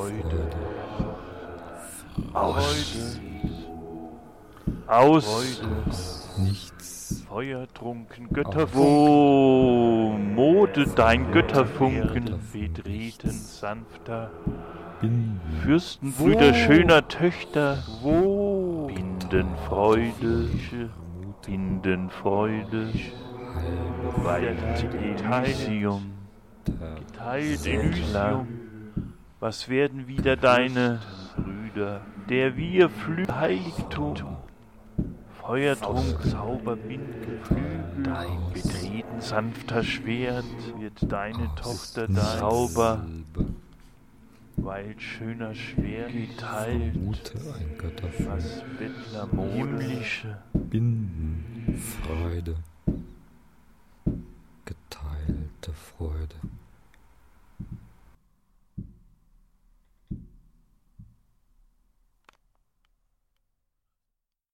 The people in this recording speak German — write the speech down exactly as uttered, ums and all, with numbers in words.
Freude. Aus. Aus. Nichts. Feuertrunken, Götter, wo Mode dein Götterfunken betreten, sanfter Binden. Fürstenbrüder schöner Töchter, wo Bindenfreude, Bindenfreude, weil Elysium, geteilt Elysium, was werden wieder deine Brüder, der wir Flü Heiligtum, Feuertrunk, Zauberbinden, Flügel, betreten sanfter Schwert, wird deine Tochter dein Zauber, weil schöner Schwert geteilt, Vermute ein Götterfunken. was Bettler himmlische Binden. Freude. Geteilte Freude.